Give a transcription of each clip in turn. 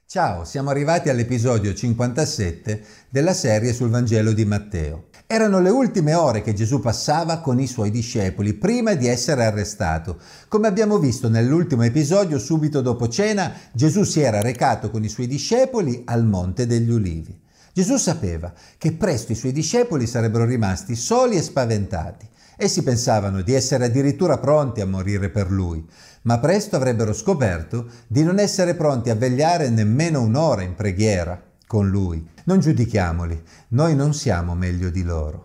Ciao, siamo arrivati all'episodio 57 della serie sul Vangelo di Matteo. Erano le ultime ore che Gesù passava con i suoi discepoli prima di essere arrestato. Come abbiamo visto nell'ultimo episodio, subito dopo cena, Gesù si era recato con i suoi discepoli al Monte degli Ulivi. Gesù sapeva che presto i suoi discepoli sarebbero rimasti soli e spaventati. Essi pensavano di essere addirittura pronti a morire per lui, ma presto avrebbero scoperto di non essere pronti a vegliare nemmeno un'ora in preghiera con lui. Non giudichiamoli, noi non siamo meglio di loro.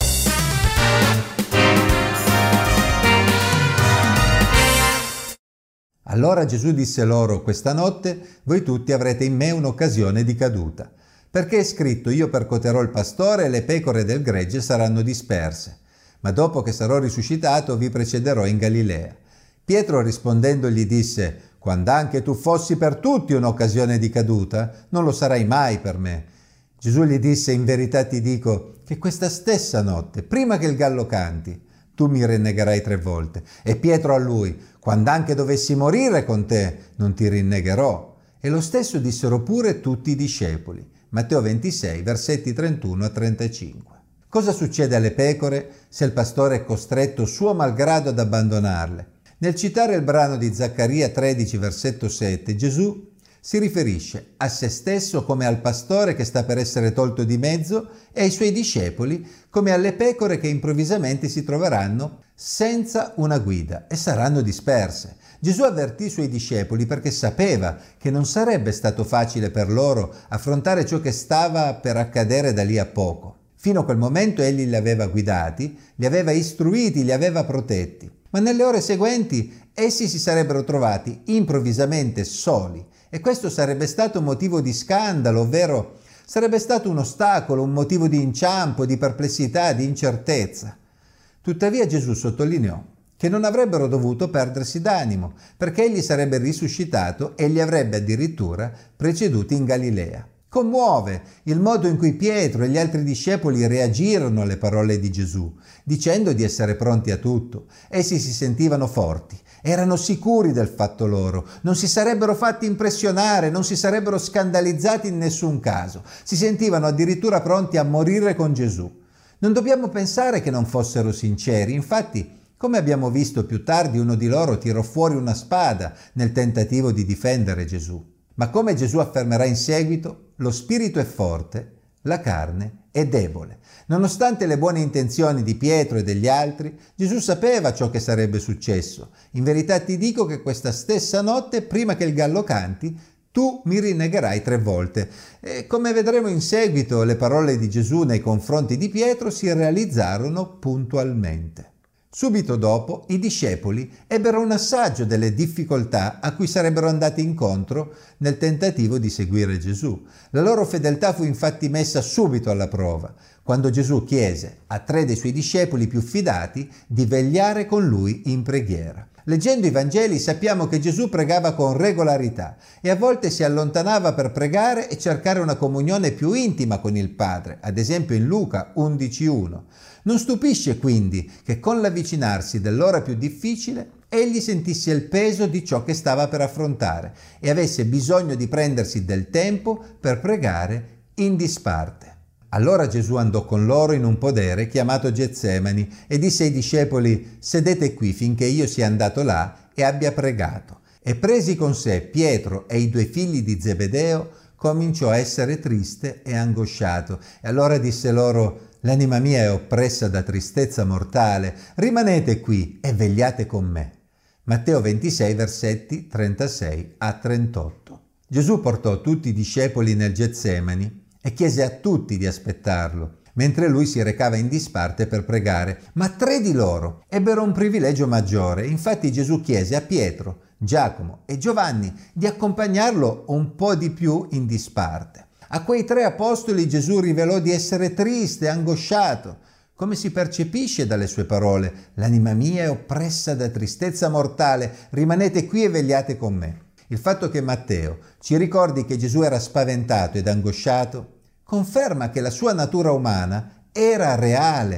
Allora Gesù disse loro: questa notte voi tutti avrete in me un'occasione di caduta, perché è scritto: io percuoterò il pastore e le pecore del gregge saranno disperse. Ma dopo che sarò risuscitato vi precederò in Galilea. Pietro rispondendo gli disse: quando anche tu fossi per tutti un'occasione di caduta, non lo sarai mai per me. Gesù gli disse: in verità ti dico che questa stessa notte, prima che il gallo canti, tu mi rinnegherai 3 volte. E Pietro a lui: quando anche dovessi morire con te, non ti rinnegherò. E lo stesso dissero pure tutti i discepoli. Matteo 26, versetti 31 a 35. Cosa succede alle pecore se il pastore è costretto suo malgrado ad abbandonarle? Nel citare il brano di Zaccaria 13, versetto 7, Gesù si riferisce a se stesso come al pastore che sta per essere tolto di mezzo e ai suoi discepoli come alle pecore che improvvisamente si troveranno senza una guida e saranno disperse. Gesù avvertì i suoi discepoli perché sapeva che non sarebbe stato facile per loro affrontare ciò che stava per accadere da lì a poco. Fino a quel momento egli li aveva guidati, li aveva istruiti, li aveva protetti. Ma nelle ore seguenti essi si sarebbero trovati improvvisamente soli e questo sarebbe stato motivo di scandalo, ovvero sarebbe stato un ostacolo, un motivo di inciampo, di perplessità, di incertezza. Tuttavia Gesù sottolineò che non avrebbero dovuto perdersi d'animo, perché egli sarebbe risuscitato e li avrebbe addirittura preceduti in Galilea. Commuove il modo in cui Pietro e gli altri discepoli reagirono alle parole di Gesù, dicendo di essere pronti a tutto. Essi si sentivano forti, erano sicuri del fatto loro, non si sarebbero fatti impressionare, non si sarebbero scandalizzati in nessun caso, si sentivano addirittura pronti a morire con Gesù. Non dobbiamo pensare che non fossero sinceri, infatti, come abbiamo visto più tardi, uno di loro tirò fuori una spada nel tentativo di difendere Gesù. Ma come Gesù affermerà in seguito, lo spirito è forte, la carne è debole. Nonostante le buone intenzioni di Pietro e degli altri, Gesù sapeva ciò che sarebbe successo. In verità ti dico che questa stessa notte, prima che il gallo canti, tu mi rinnegherai 3 volte. E come vedremo in seguito, le parole di Gesù nei confronti di Pietro si realizzarono puntualmente. Subito dopo, i discepoli ebbero un assaggio delle difficoltà a cui sarebbero andati incontro nel tentativo di seguire Gesù. La loro fedeltà fu infatti messa subito alla prova, quando Gesù chiese a 3 dei suoi discepoli più fidati di vegliare con lui in preghiera. Leggendo i Vangeli sappiamo che Gesù pregava con regolarità e a volte si allontanava per pregare e cercare una comunione più intima con il Padre, ad esempio in Luca 11,1. Non stupisce quindi che con l'avvicinarsi dell'ora più difficile egli sentisse il peso di ciò che stava per affrontare e avesse bisogno di prendersi del tempo per pregare in disparte. Allora Gesù andò con loro in un podere chiamato Getsemani e disse ai discepoli: sedete qui finché io sia andato là e abbia pregato. E presi con sé Pietro e i 2 figli di Zebedeo, cominciò a essere triste e angosciato. E allora disse loro: l'anima mia è oppressa da tristezza mortale, rimanete qui e vegliate con me. Matteo 26, versetti 36 a 38. Gesù portò tutti i discepoli nel Getsemani e chiese a tutti di aspettarlo, mentre lui si recava in disparte per pregare. Ma 3 di loro ebbero un privilegio maggiore. Infatti Gesù chiese a Pietro, Giacomo e Giovanni di accompagnarlo un po' di più in disparte. A quei 3 apostoli Gesù rivelò di essere triste, angosciato. Come si percepisce dalle sue parole: l'anima mia è oppressa da tristezza mortale, rimanete qui e vegliate con me. Il fatto che Matteo ci ricordi che Gesù era spaventato ed angosciato conferma che la sua natura umana era reale.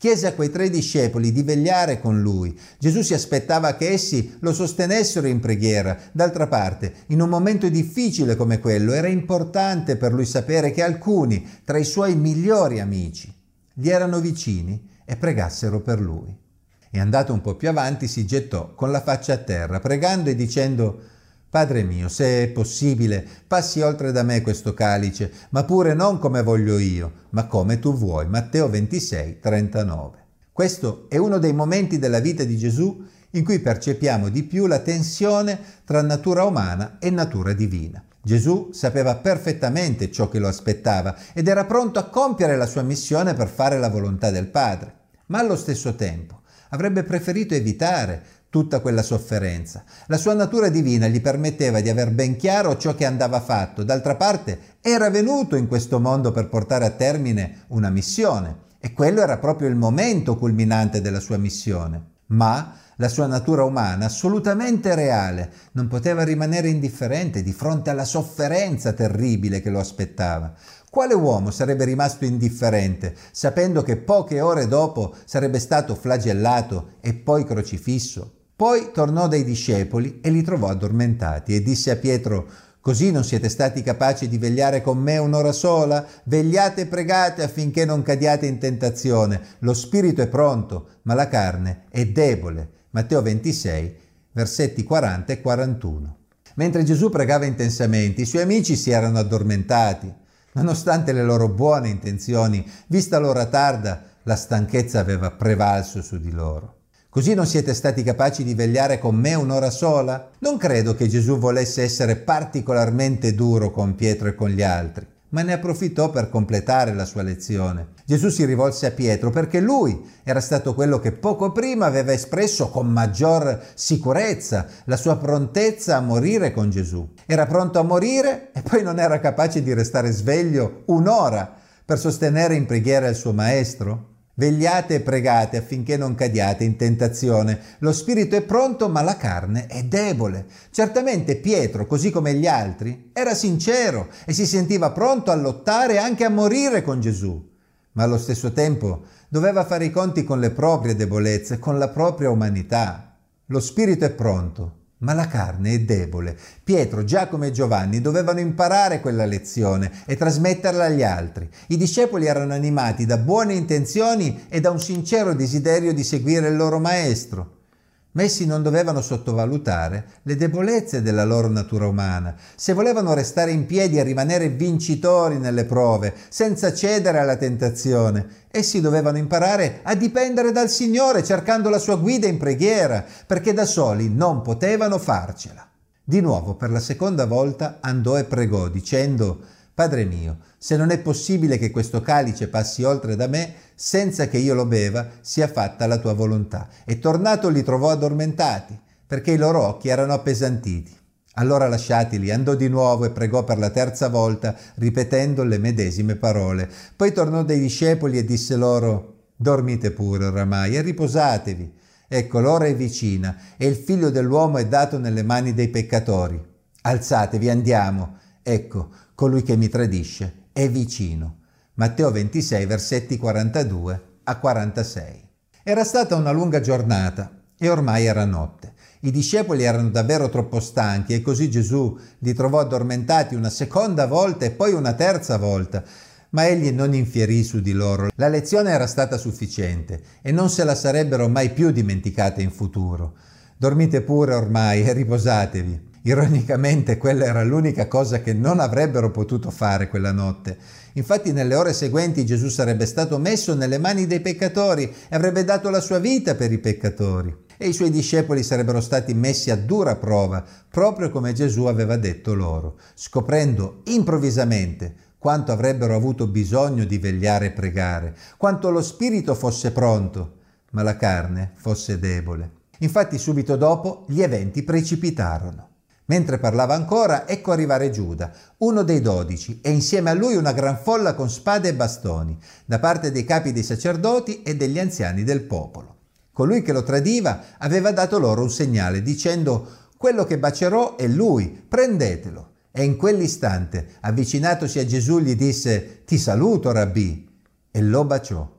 chiese a quei 3 discepoli di vegliare con lui. Gesù si aspettava che essi lo sostenessero in preghiera. D'altra parte, in un momento difficile come quello, era importante per lui sapere che alcuni tra i suoi migliori amici gli erano vicini e pregassero per lui. E andato un po' più avanti si gettò con la faccia a terra, pregando e dicendo: Padre mio, se è possibile, passi oltre da me questo calice, ma pure non come voglio io, ma come tu vuoi. Matteo 26, 39. Questo è uno dei momenti della vita di Gesù in cui percepiamo di più la tensione tra natura umana e natura divina. Gesù sapeva perfettamente ciò che lo aspettava ed era pronto a compiere la sua missione per fare la volontà del Padre, ma allo stesso tempo avrebbe preferito evitare tutta quella sofferenza. La sua natura divina gli permetteva di aver ben chiaro ciò che andava fatto. D'altra parte, era venuto in questo mondo per portare a termine una missione, e quello era proprio il momento culminante della sua missione. Ma la sua natura umana, assolutamente reale, non poteva rimanere indifferente di fronte alla sofferenza terribile che lo aspettava. Quale uomo sarebbe rimasto indifferente, sapendo che poche ore dopo sarebbe stato flagellato e poi crocifisso? Poi tornò dai discepoli e li trovò addormentati e disse a Pietro: «Così non siete stati capaci di vegliare con me un'ora sola? Vegliate e pregate affinché non cadiate in tentazione. Lo spirito è pronto, ma la carne è debole». Matteo 26, versetti 40 e 41. Mentre Gesù pregava intensamente, i suoi amici si erano addormentati. Nonostante le loro buone intenzioni, vista l'ora tarda, la stanchezza aveva prevalso su di loro. Così non siete stati capaci di vegliare con me un'ora sola? Non credo che Gesù volesse essere particolarmente duro con Pietro e con gli altri, ma ne approfittò per completare la sua lezione. Gesù si rivolse a Pietro perché lui era stato quello che poco prima aveva espresso con maggior sicurezza la sua prontezza a morire con Gesù. Era pronto a morire e poi non era capace di restare sveglio un'ora per sostenere in preghiera il suo maestro? Vegliate e pregate affinché non cadiate in tentazione. Lo spirito è pronto, ma la carne è debole. Certamente Pietro, così come gli altri, era sincero e si sentiva pronto a lottare e anche a morire con Gesù. Ma allo stesso tempo doveva fare i conti con le proprie debolezze, con la propria umanità. Lo spirito è pronto, ma la carne è debole. Pietro, Giacomo e Giovanni dovevano imparare quella lezione e trasmetterla agli altri. I discepoli erano animati da buone intenzioni e da un sincero desiderio di seguire il loro maestro. Ma essi non dovevano sottovalutare le debolezze della loro natura umana. Se volevano restare in piedi e rimanere vincitori nelle prove, senza cedere alla tentazione, essi dovevano imparare a dipendere dal Signore, cercando la sua guida in preghiera, perché da soli non potevano farcela. Di nuovo, per la seconda volta, andò e pregò, dicendo: «Padre mio, se non è possibile che questo calice passi oltre da me, senza che io lo beva, sia fatta la tua volontà». E tornato li trovò addormentati, perché i loro occhi erano appesantiti. Allora lasciatili, andò di nuovo e pregò per la terza volta, ripetendo le medesime parole. Poi tornò dai discepoli e disse loro: «Dormite pure oramai e riposatevi. Ecco, l'ora è vicina e il figlio dell'uomo è dato nelle mani dei peccatori. Alzatevi, andiamo. Ecco, colui che mi tradisce è vicino». Matteo 26, versetti 42 a 46. Era stata una lunga giornata e ormai era notte. I discepoli erano davvero troppo stanchi e così Gesù li trovò addormentati una seconda volta e poi una terza volta. Ma egli non infierì su di loro. La lezione era stata sufficiente e non se la sarebbero mai più dimenticata in futuro. «Dormite pure ormai e riposatevi». Ironicamente quella era l'unica cosa che non avrebbero potuto fare quella notte. Infatti nelle ore seguenti Gesù sarebbe stato messo nelle mani dei peccatori e avrebbe dato la sua vita per i peccatori. E i suoi discepoli sarebbero stati messi a dura prova, proprio come Gesù aveva detto loro, scoprendo improvvisamente quanto avrebbero avuto bisogno di vegliare e pregare, quanto lo spirito fosse pronto, ma la carne fosse debole. Infatti subito dopo gli eventi precipitarono. Mentre parlava ancora, ecco arrivare Giuda, uno dei 12, e insieme a lui una gran folla con spade e bastoni, da parte dei capi dei sacerdoti e degli anziani del popolo. Colui che lo tradiva aveva dato loro un segnale, dicendo: «Quello che bacerò è lui, prendetelo». E in quell'istante, avvicinatosi a Gesù, gli disse: «Ti saluto, Rabbì», e lo baciò.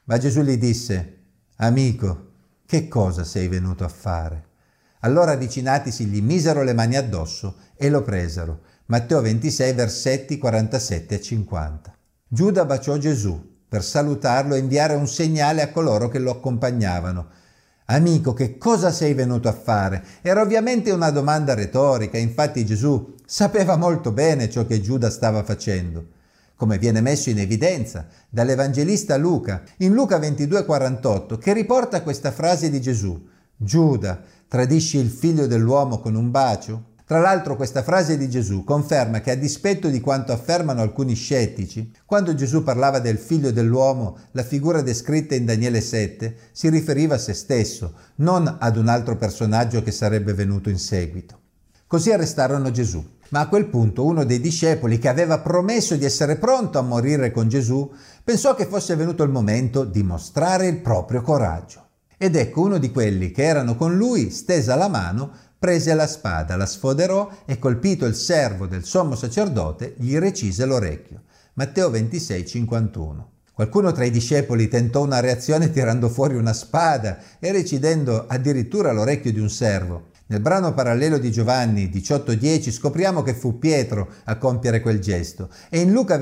Ma Gesù gli disse: amico, che cosa sei venuto a fare? Allora avvicinatisi gli misero le mani addosso e lo presero. Matteo 26, versetti 47 e 50. Giuda baciò Gesù per salutarlo e inviare un segnale a coloro che lo accompagnavano. Amico, che cosa sei venuto a fare? Era ovviamente una domanda retorica, infatti Gesù sapeva molto bene ciò che Giuda stava facendo, come viene messo in evidenza dall'Evangelista Luca, in Luca 22,48, che riporta questa frase di Gesù: Giuda, tradisci il figlio dell'uomo con un bacio? Tra l'altro questa frase di Gesù conferma che, a dispetto di quanto affermano alcuni scettici, quando Gesù parlava del figlio dell'uomo, la figura descritta in Daniele 7 si riferiva a se stesso, non ad un altro personaggio che sarebbe venuto in seguito. Così arrestarono Gesù, ma a quel punto uno dei discepoli, che aveva promesso di essere pronto a morire con Gesù, pensò che fosse venuto il momento di mostrare il proprio coraggio. Ed ecco, uno di quelli che erano con lui, stesa la mano, prese la spada, la sfoderò e, colpito il servo del sommo sacerdote, gli recise l'orecchio. Matteo 26, 51. Qualcuno tra i discepoli tentò una reazione tirando fuori una spada e recidendo addirittura l'orecchio di un servo. Nel brano parallelo di Giovanni 18,10 scopriamo che fu Pietro a compiere quel gesto, e in Luca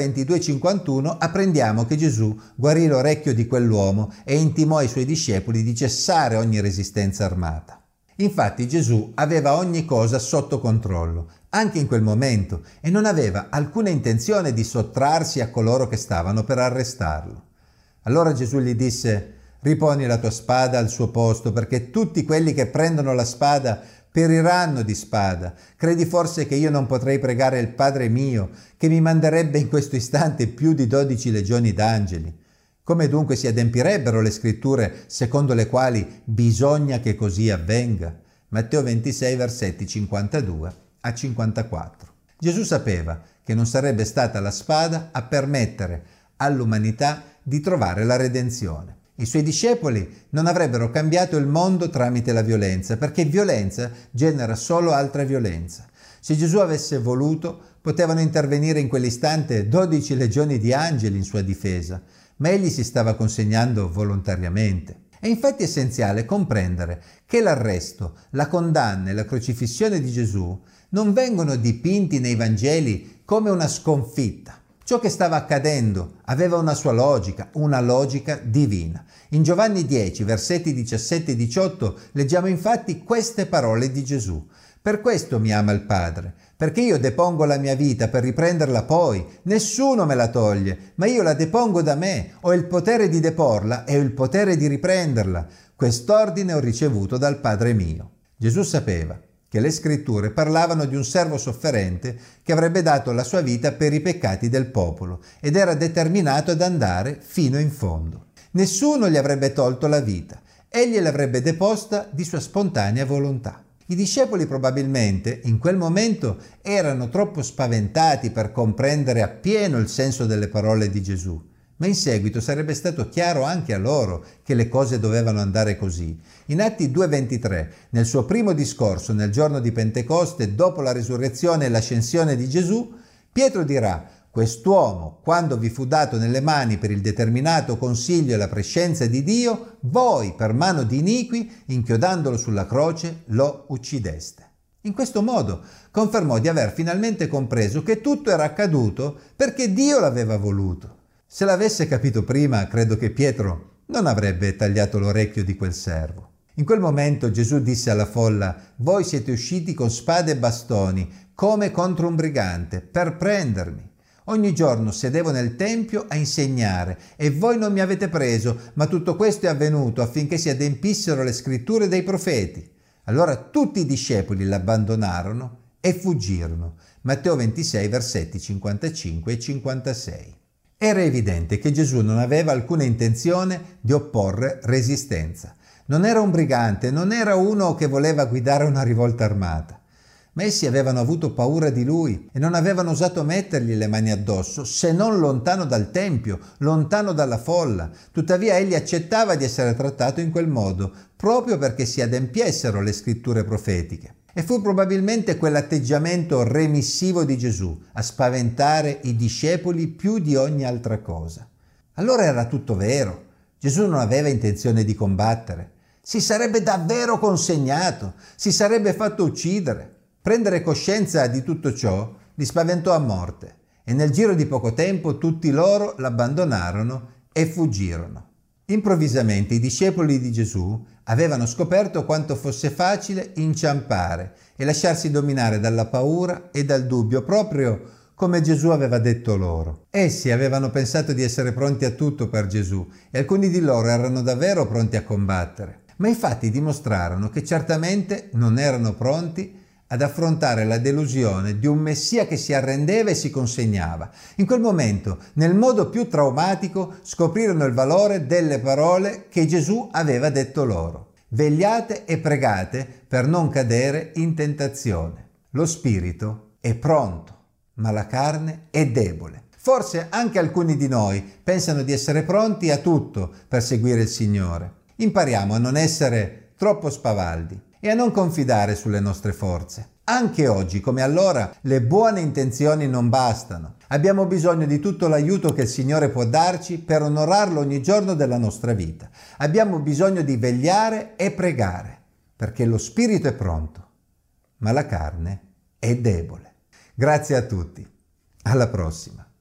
22,51 apprendiamo che Gesù guarì l'orecchio di quell'uomo e intimò ai suoi discepoli di cessare ogni resistenza armata. Infatti Gesù aveva ogni cosa sotto controllo, anche in quel momento, e non aveva alcuna intenzione di sottrarsi a coloro che stavano per arrestarlo. Allora Gesù gli disse: riponi la tua spada al suo posto, perché tutti quelli che prendono la spada periranno di spada. Credi forse che io non potrei pregare il Padre mio, che mi manderebbe in questo istante più di 12 legioni d'angeli? Come dunque si adempirebbero le scritture secondo le quali bisogna che così avvenga? Matteo 26, versetti 52 a 54. Gesù sapeva che non sarebbe stata la spada a permettere all'umanità di trovare la redenzione. I suoi discepoli non avrebbero cambiato il mondo tramite la violenza, perché violenza genera solo altra violenza. Se Gesù avesse voluto, potevano intervenire in quell'istante 12 legioni di angeli in sua difesa, ma egli si stava consegnando volontariamente. È infatti essenziale comprendere che l'arresto, la condanna e la crocifissione di Gesù non vengono dipinti nei Vangeli come una sconfitta. Ciò che stava accadendo aveva una sua logica, una logica divina. In Giovanni 10, versetti 17 e 18, leggiamo infatti queste parole di Gesù: per questo mi ama il Padre, perché io depongo la mia vita per riprenderla poi. Nessuno me la toglie, ma io la depongo da me. Ho il potere di deporla e ho il potere di riprenderla. Quest'ordine ho ricevuto dal Padre mio. Gesù sapeva che le scritture parlavano di un servo sofferente che avrebbe dato la sua vita per i peccati del popolo ed era determinato ad andare fino in fondo. Nessuno gli avrebbe tolto la vita, egli l'avrebbe deposta di sua spontanea volontà. I discepoli probabilmente in quel momento erano troppo spaventati per comprendere appieno il senso delle parole di Gesù, ma in seguito sarebbe stato chiaro anche a loro che le cose dovevano andare così. In Atti 2,23, nel suo primo discorso nel giorno di Pentecoste, dopo la risurrezione e l'ascensione di Gesù, Pietro dirà: quest'uomo, quando vi fu dato nelle mani per il determinato consiglio e la prescenza di Dio, voi, per mano di iniqui, inchiodandolo sulla croce, lo uccideste. In questo modo confermò di aver finalmente compreso che tutto era accaduto perché Dio l'aveva voluto. Se l'avesse capito prima, credo che Pietro non avrebbe tagliato l'orecchio di quel servo. In quel momento Gesù disse alla folla: voi siete usciti con spade e bastoni, come contro un brigante, per prendermi. Ogni giorno sedevo nel tempio a insegnare e voi non mi avete preso, ma tutto questo è avvenuto affinché si adempissero le scritture dei profeti. Allora tutti i discepoli l'abbandonarono e fuggirono. Matteo 26, versetti 55 e 56. Era evidente che Gesù non aveva alcuna intenzione di opporre resistenza. Non era un brigante, non era uno che voleva guidare una rivolta armata. Ma essi avevano avuto paura di lui e non avevano osato mettergli le mani addosso, se non lontano dal tempio, lontano dalla folla. Tuttavia egli accettava di essere trattato in quel modo, proprio perché si adempiessero le scritture profetiche. E fu probabilmente quell'atteggiamento remissivo di Gesù a spaventare i discepoli più di ogni altra cosa. Allora era tutto vero. Gesù non aveva intenzione di combattere. Si sarebbe davvero consegnato, si sarebbe fatto uccidere. Prendere coscienza di tutto ciò li spaventò a morte e nel giro di poco tempo tutti loro l'abbandonarono e fuggirono. Improvvisamente i discepoli di Gesù avevano scoperto quanto fosse facile inciampare e lasciarsi dominare dalla paura e dal dubbio, proprio come Gesù aveva detto loro. Essi avevano pensato di essere pronti a tutto per Gesù e alcuni di loro erano davvero pronti a combattere, ma i fatti dimostrarono che certamente non erano pronti ad affrontare la delusione di un Messia che si arrendeva e si consegnava. In quel momento, nel modo più traumatico, scoprirono il valore delle parole che Gesù aveva detto loro. Vegliate e pregate per non cadere in tentazione. Lo spirito è pronto, ma la carne è debole. Forse anche alcuni di noi pensano di essere pronti a tutto per seguire il Signore. Impariamo a non essere troppo spavaldi e a non confidare sulle nostre forze. Anche oggi, come allora, le buone intenzioni non bastano. Abbiamo bisogno di tutto l'aiuto che il Signore può darci per onorarlo ogni giorno della nostra vita. Abbiamo bisogno di vegliare e pregare, perché lo spirito è pronto, ma la carne è debole. Grazie a tutti. Alla prossima.